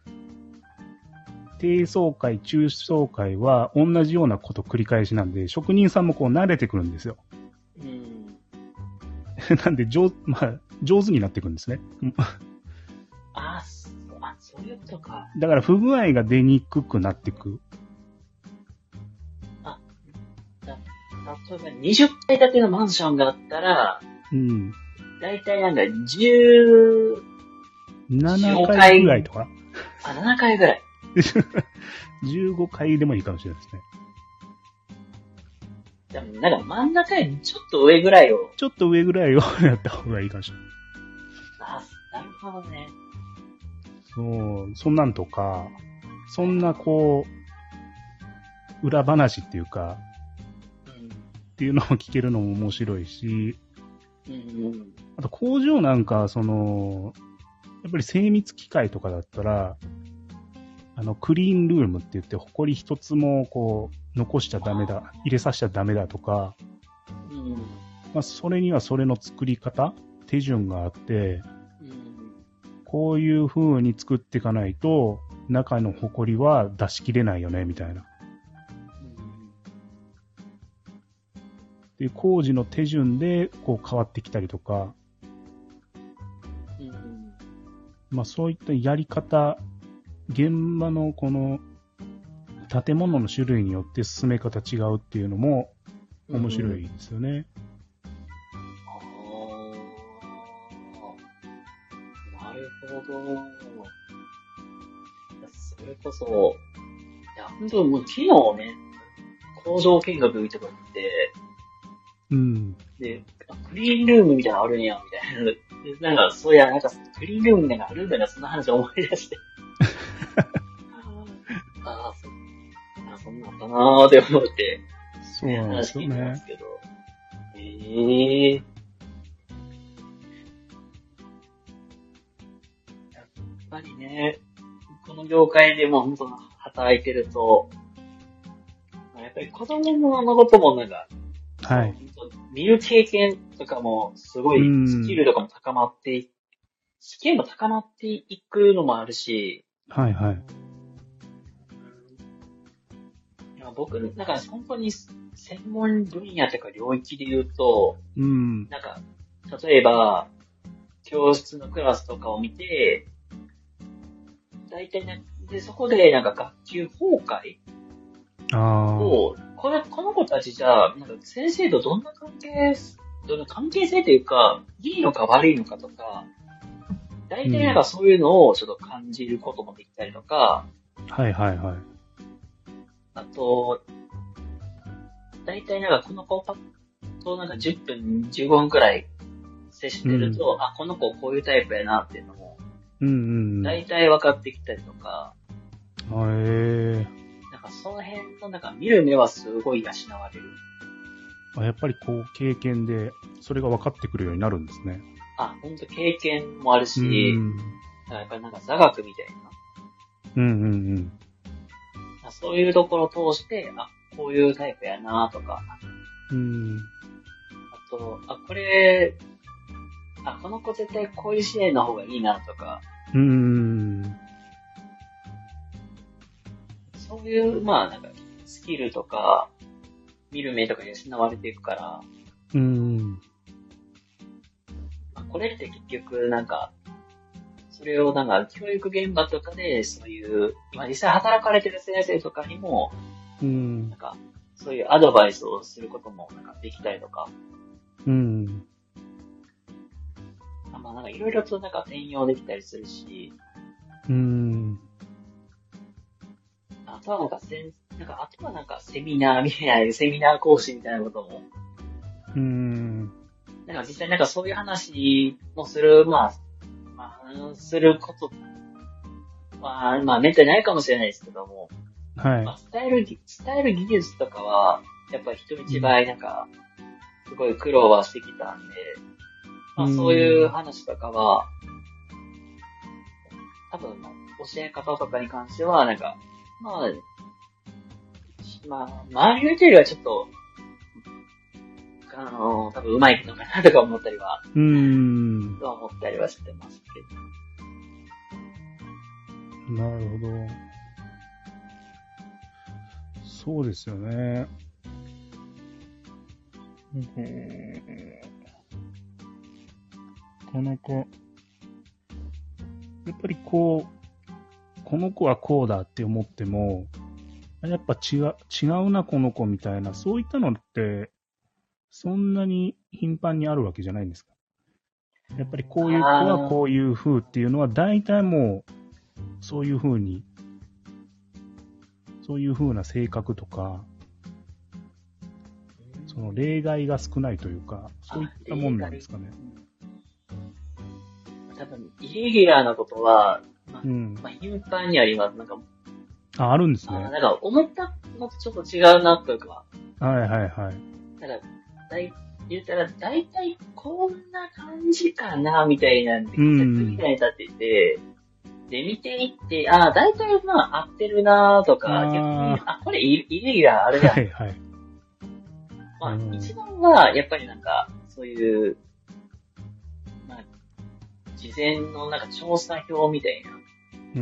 低層階、中層階は同じようなこと繰り返しなんで、職人さんもこう慣れてくるんですよ。 うん。 なんで上、まあ、上手になっていくんですね。 あ、そあ、そういうことか。 だから不具合が出にくくなっていく。 あ、だ例えばにじゅっかい建てのマンションがあったら、 うん。 だいたいなんかじゅう、 ななかいぐらいとか。 あ、ななかいぐらい。 じゅうごかいでもいいかもしれないですね。 でもなんか真ん中よりちょっと上ぐらいを。 ちょっと上ぐらいをやった方がいいかもしれない。 あ、なるほどね。 そう、そんなんとか、そんなこう、裏話っていうか、 うん。 っていうのを聞けるのも面白いし、 うんうん。 あと工場なんか、その、やっぱり精密機械とかだったら、あの、クリーンルームって言って、埃一つもこう、残しちゃダメだ、入れさせちゃダメだとか、 うん。 まあ、それにはそれの作り方、手順があって、 うん。 こういう風に作っていかないと、中の埃は出しきれないよね、みたいな。で、工事の手順で、こう変わってきたりとか、 うん。 まあそういったやり方、現場のこの建物の種類によって進め方違うっていうのも面白いですよね。 ああ、なるほど。それこそ、いや、本当もう昨日ね、工場見学見てもらって、 うん。 で、クリーンルームみたいなのあるんや、みたいな。でなんか、そういや、なんか、クリーンルームみたいなのあるんだな、そんな話を思い出して。ああ、そあそんなんかなーって思って、 そうなんですよ話聞いてまねす。けど。ええー。やっぱりね、この業界でも本当働いてると、やっぱり子供のこともなんか、 はい。 見る経験とかもすごいスキルとかも高まってい、スキルも高まっていくのもあるし、 はいはい。 いや僕、なんか本当に専門分野とか領域で言うと、 うん。 なんか、例えば、教室のクラスとかを見て、大体ね、で、そこでなんか学級崩壊あを、これ、この子たちじゃあ、なんか先生とどんな関係、どんな関係性というか、いいのか悪いのかとか、大体なんかそういうのをちょっと感じることもできたりとか、 あ。はいはいはい。 あと、大体なんかこの子となんかじゅっぷん、じゅうごふんくらい接してると、うん、あ、この子こういうタイプやなっていうのも、 うんうんうん、 大体分かってきたりとか、 へー。 なんかその辺のなんか見る目はすごい養われる。 あ、やっぱりこう経験でそれが分かってくるようになるんですね。 あ、ほんと経験もあるし、 うん。 やっぱりなんか座学みたいうんうんうん。 な。そういうところを通して、あ、こういうタイプやなとか、 うん。 あと、あ、これ、あ、この子絶対こういう支援の方がいいなとか、 うん。 そういう、まあなんか、スキルとか、見る目とか養われていくから、 うん。 まあ、これって結局なんか、それをなんか、教育現場とかで、そういう、まあ実際働かれてる先生とかにも、 うん。 なんか、そういうアドバイスをすることもなんかできたりとか、 うん。 まあなんかいろいろとなんか転用できたりするし、 うん。 あとはなんかせん、なんかあとはなんかセミナーみたいな、セミナー講師みたいなことも、 うん。 なんか実際なんかそういう話もする、まあ、まあ、することまあ、まあ、めったにないかもしれないですけども、 はい。 まあ、伝えるぎ、伝える技術とかは、やっぱり人一うん。 倍なんか、すごい苦労はしてきたんで、 うまあそういうん。 話とかは、多分、まあ教え方とかに関しては、なんか、まあ、まあ、周りの人よりはちょっと、あの、多分上手いのかなとか思ったりは、 うん。 思ったりはしてますけなるほど。そうですよね。なかなか、やっぱりこう、この子はこうだって思っても、やっぱ違う、違うな、この子みたいな、そういったのって、そんなに頻繁にあるわけじゃないんですか。やっぱりど。 こういう子はあこういう風っていうのは、大体もう、そういう風に、そういう風な性格とか、その例外が少ないというか、 あ、 そういっあ、 たもんなんで例外。 すかね。 多分、イレギュラーなことは、まあ、 うん。 まあ、頻繁にあります。なんか、 あ、あるんですあ、 ね。 なんか、思ったのとちょっと違うな、というか、 はいはいはい。 なんか、だい、言ったら、だいたいこんな感じかな、みたいなんで、 う仮説みん。 たいに立ってて、で、見ていって、あ、だいたいまあ、合ってるな、とか、逆に、 ああ、これイイレギュラーあるあ、 やん。 はいはい。 まあ、 うん。 一番は、やっぱりなんか、そういう、まあ、事前のなんか調査表みたいな、 うん。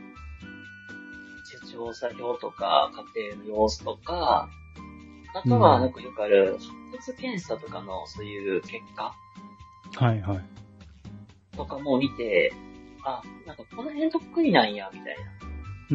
調査表とか、家庭の様子とか、あとは、なうん。 んかよくある、発掘検査とかのそういう結果はいはい。 とかも見て、あ、なんかこの辺得意なんや、みたいな。 うん。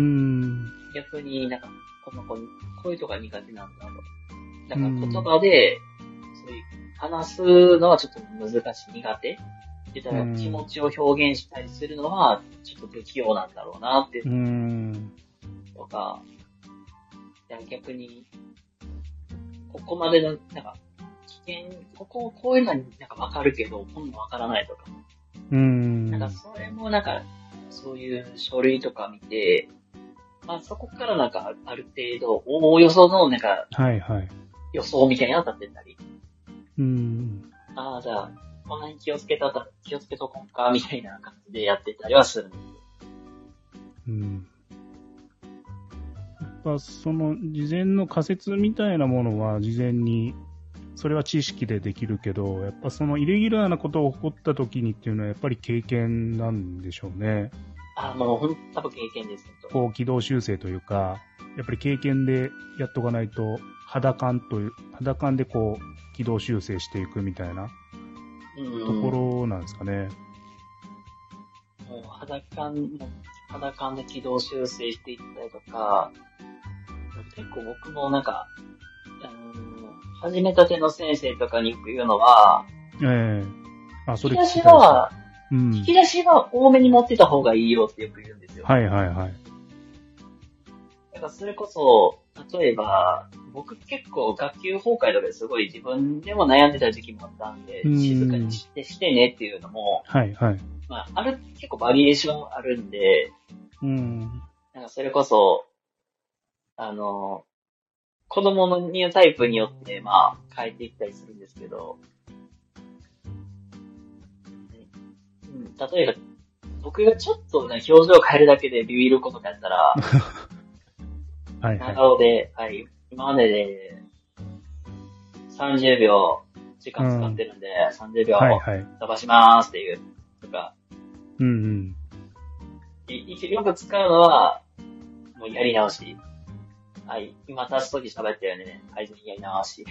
逆になんか、この子、こういうとこが苦手なんだと。だうから言ん。 葉で、そういう、話すのはちょっと難しい、苦手。言ったうら気持ん。 ちを表現したりするのは、ちょっと不器用なんだろうな、っていううのん。 とか、いや逆に、ここまでの、なんか、危険、ここ、こういうのはなんかわかるけど、今度わからないとか。 うなんかん。 それもなんか、そういう書類とか見て、まあそこからなんかある程度、おおよそのなんかはいはい。 予想みたいなのが立ってたり、 うん。 ああ、じゃあ、この辺気をつけたた、気をつけとこうか、みたいな感じでやってたりはするんです。 うん。やっぱその事前の仮説みたいなものは事前にそれは知識でできるけど、やっぱそのイレギュラーなことが起こった時にっていうのはやっぱり経験なんでしょうね。 ああ、もうほん、多分経験です、ほんと。 こう軌道修正というか、やっぱり経験でやっとかないと肌感という、肌感でこう軌道修正していくみたいなうとこん。 ろなんですかね。 もう肌感、もう肌感で軌道修正していったりとか、結構僕もなんか、あのー始めたての先生とかによく言うのは、 ええあ、それ聞引き出しきたいですね。 は、 うん。 引き出しは多めに持ってた方がいいよってよく言うんですよ。 はいはいはい。 だからそれこそ、例えば、僕結構学級崩壊とかですごい自分でも悩んでた時期もあったんうで、静かにん。 してしてねっていうのも、 はいはい。 まあ、ある、結構バリエーションあるんで、 うん。 なんかそれこそ、あの、子供のニュータイプによって、まあ、変えていったりするんですけど、 例えば、僕がちょっとね、表情変えるだけでビビることかやったら、 はいなはい。 ので、はい、今まででさんじゅうびょう時間使ってるんで、うん、さんじゅうびょうはいはい。 飛ばしますっていう、とか、 うんうん。 いよく使うのは、もうやり直し。はい、今足すとき喋ったよね、改善やり直し。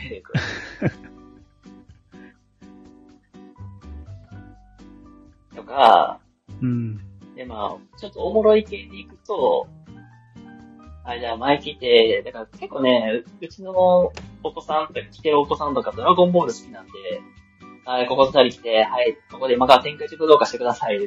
とか、 うん。 で、まあ、ちょっとおもろい系に行くと、あ、じゃあ前来て、だから結構ね、うちのお子さんとか、来てるお子さんとかドラゴンボール好きなんで、はい、ここ二人来て、はい、ここで今から展開中どうかしてください、って。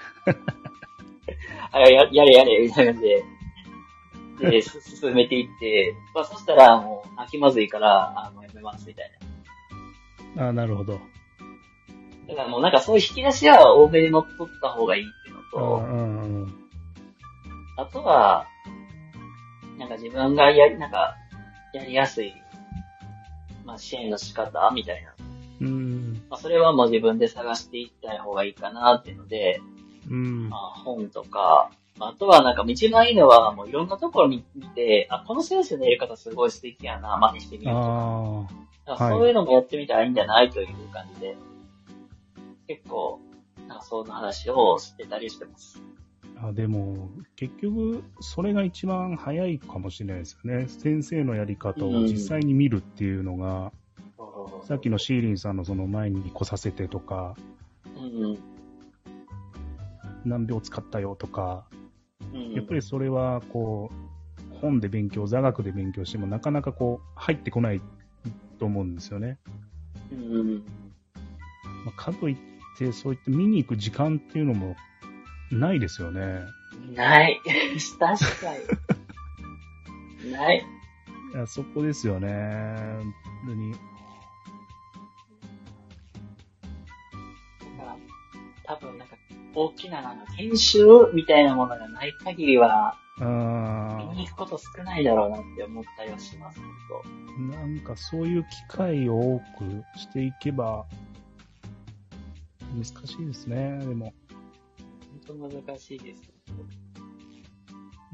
はい、ややれやれ、みたいな感じで、で、進めていって、まあそしたらもう、飽きまずいから、あの、やめます、みたいな。あ、なるほど。 だからもうなんかそういう引き出しは多めに乗っ取った方がいいっていうのと、 うんうん、 あとは、なんか自分がやり、なんか、やりやすい、まあ支援の仕方みたいな。 うん。 まあそれはもう自分で探していった方がいいかなっていうので、 うん。 まあ本とか、あとはなんか一番いいのはもういろんなところに見て、あ、この先生のやり方すごい素敵やな、真似してみようとか。ああ、そういうのもやってみたらいいんじゃないという感じで、結構、なんかそんな話をしてたりしてます。 あ、でも、結局、それが一番早いかもしれないですよね。先生のやり方を実際に見るっていうのが、うん、さっきのシーリンさんのその前に来させてとか、うん、何秒使ったよとか、うん、やっぱりそれはこう、本で勉強、座学で勉強してもなかなかこう、入ってこないと思うんですよね。うんまあ、かといって、そういって見に行く時間っていうのもないですよね。 ない。確かに。ない。 いや、そこですよね。本当に。 だから、多分なんか、大きな研修みたいなものがない限りは、見に行くこと少ないだろうなって思ったりはします、 本当。なんかそういう機会を多くしていけば、難しいですね、でも。 本当難しいです。 うん。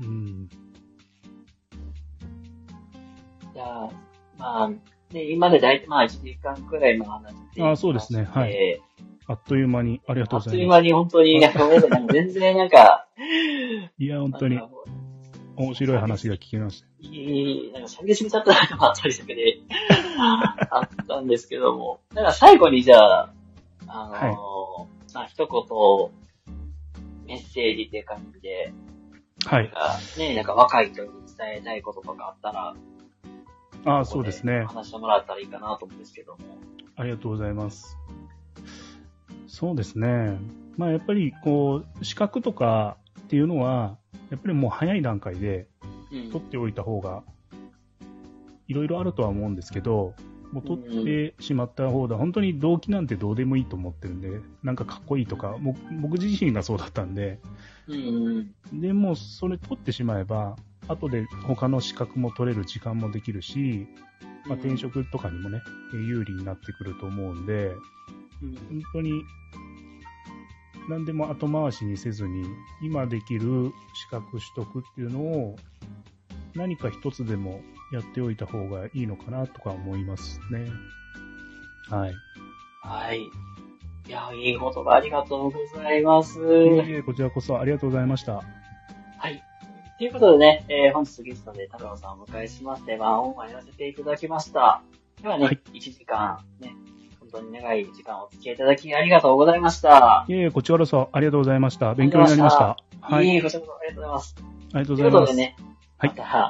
じゃあ、まあ、で、今で大体まあいちじかんくらいの話で。 ああ、そうですね。はい。あっという間に、ありがとうございます。あっという間に本当に、なんか全然なんか、 いや、本当に、面白い話が聞きました。 いい、なんか喋りすぎちゃったなともあったりしてで、あったんですけども。なんか最後にじゃあ、あのー、はい、まあ一言、メッセージっていう感じで、 はい。 なんかね、なんか若い人に伝えたいこととかあったら、 ああ、そうですね。 話してもらったらいいかなと思うんですけども。 ありがとうございます。そうですね。まあやっぱりこう、資格とかっていうのは、やっぱりもう早い段階で取っておいた方が、いろいろあるとは思うんですけど、もう取ってしまった方が、本当に動機なんてどうでもいいと思ってるんで、なんかかっこいいとか、も僕自身がそうだったんで、でもそれ取ってしまえば、後で他の資格も取れる時間もできるし、まあ、転職とかにもね、有利になってくると思うんで、本当に何でも後回しにせずに、今できる資格取得っていうのを何か一つでもやっておいた方がいいのかなとか思いますね。はい。 はい。いや、いい言葉ありがとうございます。いえいえ、こちらこそありがとうございました。 はい。ということでね、えー、本日ゲストで太郎さんをお迎えしまして、まあ、オンをやらせていただきました。ではね、はい、いちじかんね、本当に長い時間をお付き合いいただきありがとうございました。 いえいえ、こちらこそありがとうございました。勉強になりました。 はい。いえいえ、こちらこそありがとうございます。 ありがとうございます。 ということでね、また、はい、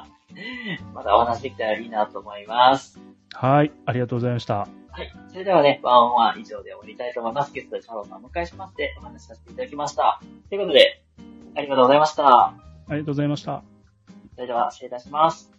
またお話できたらいいなと思います。 はい、ありがとうございました。 はい。それではね、ワンオンワン以上で終わりたいと思います。ゲストで太郎さんをお迎えしましてお話しさせていただきました。ということで、ありがとうございました。 ありがとうございました。 それでは、失礼いたします。